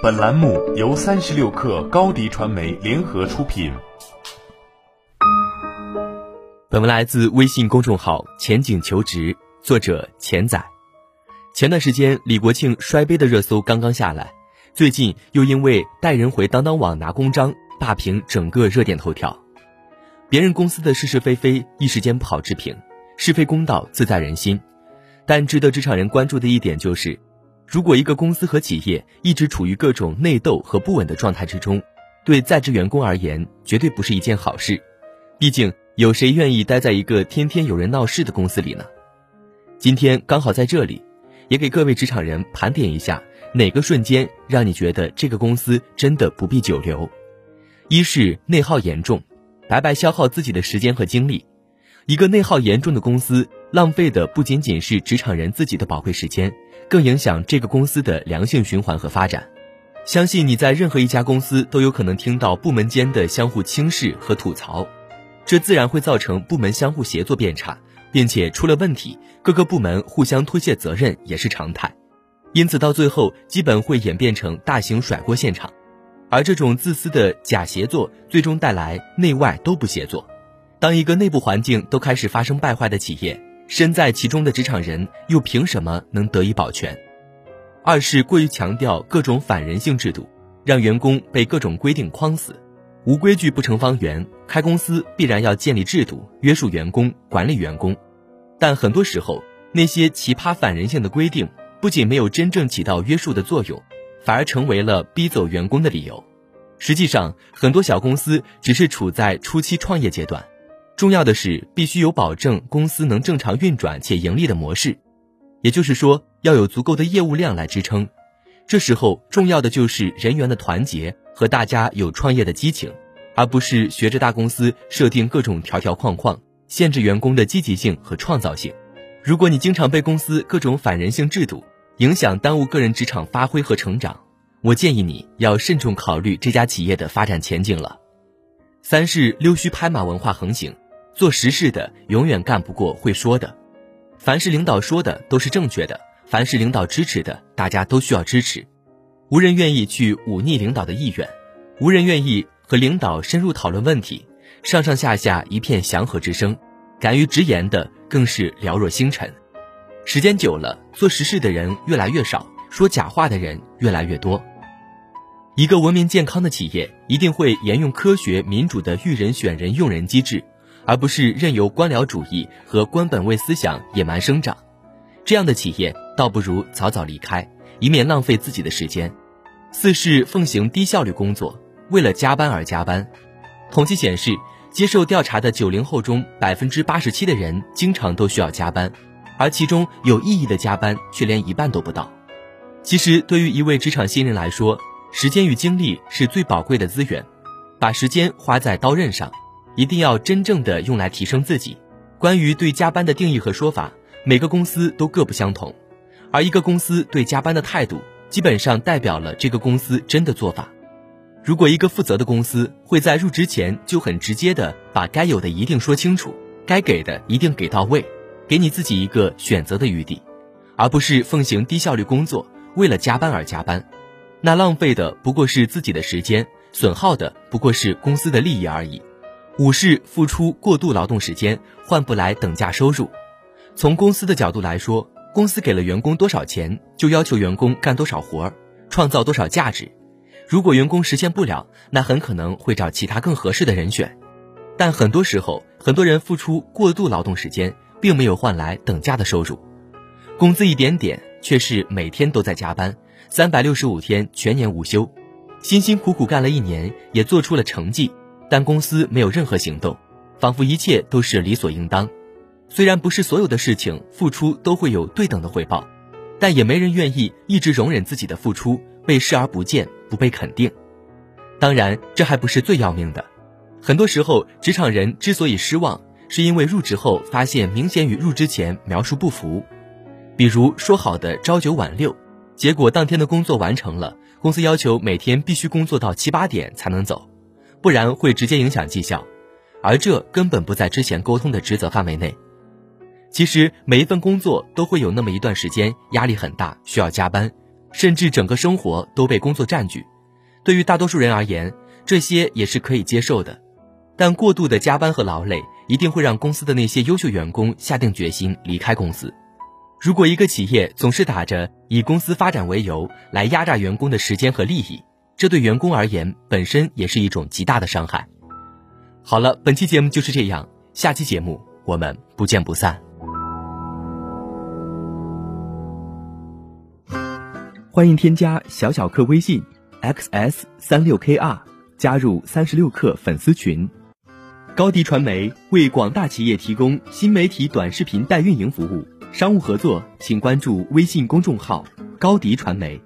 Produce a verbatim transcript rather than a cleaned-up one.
本栏目由三十六氪高迪传媒联合出品。 本文来自微信公众号前景求职，作者钱仔。前段时间李国庆摔杯的热搜刚刚下来，最近又因为带人回当当网拿公章霸屏整个热点头条。别人公司的是是非非一时间不好置评，是非公道自在人心。但值得职场人关注的一点就是，如果一个公司和企业一直处于各种内斗和不稳的状态之中，对在职员工而言绝对不是一件好事。毕竟有谁愿意待在一个天天有人闹事的公司里呢？今天刚好在这里，也给各位职场人盘点一下哪个瞬间让你觉得这个公司真的不必久留。一是内耗严重，白白消耗自己的时间和精力。一个内耗严重的公司，浪费的不仅仅是职场人自己的宝贵时间，更影响这个公司的良性循环和发展。相信你在任何一家公司都有可能听到部门间的相互轻视和吐槽，这自然会造成部门相互协作变差，并且出了问题，各个部门互相推卸责任也是常态。因此到最后基本会演变成大型甩锅现场，而这种自私的假协作最终带来内外都不协作。当一个内部环境都开始发生败坏的企业，身在其中的职场人又凭什么能得以保全？二是过于强调各种反人性制度，让员工被各种规定框死。无规矩不成方圆，开公司必然要建立制度，约束员工，管理员工。但很多时候，那些奇葩反人性的规定不仅没有真正起到约束的作用，反而成为了逼走员工的理由。实际上，很多小公司只是处在初期创业阶段，重要的是必须有保证公司能正常运转且盈利的模式，也就是说要有足够的业务量来支撑。这时候重要的就是人员的团结和大家有创业的激情，而不是学着大公司设定各种条条框框，限制员工的积极性和创造性。如果你经常被公司各种反人性制度影响，耽误个人职场发挥和成长，我建议你要慎重考虑这家企业的发展前景了。三是溜须拍马文化横行，做实事的永远干不过会说的。凡是领导说的都是正确的，凡是领导支持的大家都需要支持。无人愿意去忤逆领导的意愿，无人愿意和领导深入讨论问题，上上下下一片祥和之声，敢于直言的更是寥若星辰。时间久了，做实事的人越来越少，说假话的人越来越多。一个文明健康的企业一定会沿用科学民主的育人选人用人机制，而不是任由官僚主义和官本位思想野蛮生长。这样的企业倒不如早早离开，以免浪费自己的时间。四是奉行低效率工作，为了加班而加班。统计显示，接受调查的九零后中 百分之八十七 的人经常都需要加班，而其中有意义的加班却连一半都不到。其实对于一位职场新人来说，时间与精力是最宝贵的资源，把时间花在刀刃上，一定要真正的用来提升自己。关于对加班的定义和说法，每个公司都各不相同，而一个公司对加班的态度基本上代表了这个公司真的做法。如果一个负责的公司会在入职前就很直接的把该有的一定说清楚，该给的一定给到位，给你自己一个选择的余地，而不是奉行低效率工作，为了加班而加班，那浪费的不过是自己的时间，损耗的不过是公司的利益而已。五是付出过度劳动时间，换不来等价收入。从公司的角度来说，公司给了员工多少钱，就要求员工干多少活，创造多少价值。如果员工实现不了，那很可能会找其他更合适的人选。但很多时候，很多人付出过度劳动时间，并没有换来等价的收入。工资一点点，却是每天都在加班，三百六十五天全年无休，辛辛苦苦干了一年，也做出了成绩，但公司没有任何行动，仿佛一切都是理所应当。虽然不是所有的事情付出都会有对等的回报，但也没人愿意一直容忍自己的付出被视而不见，不被肯定。当然，这还不是最要命的。很多时候，职场人之所以失望，是因为入职后发现明显与入职前描述不符。比如说好的朝九晚六，结果当天的工作完成了，公司要求每天必须工作到七八点才能走，不然会直接影响绩效，而这根本不在之前沟通的职责范围内。其实每一份工作都会有那么一段时间压力很大，需要加班， 甚至整个生活都被工作占据。对于大多数人而言，这些也是可以接受的。但过度的加班和劳累一定会让公司的那些优秀员工下定决心离开公司。如果一个企业总是打着以公司发展为由来压榨员工的时间和利益，这对员工而言本身也是一种极大的伤害。好了，本期节目就是这样，下期节目我们不见不散。欢迎添加小小客微信 X S 三六 K R 加入三十六课粉丝群。高迪传媒为广大企业提供新媒体短视频代运营服务，商务合作请关注微信公众号高迪传媒。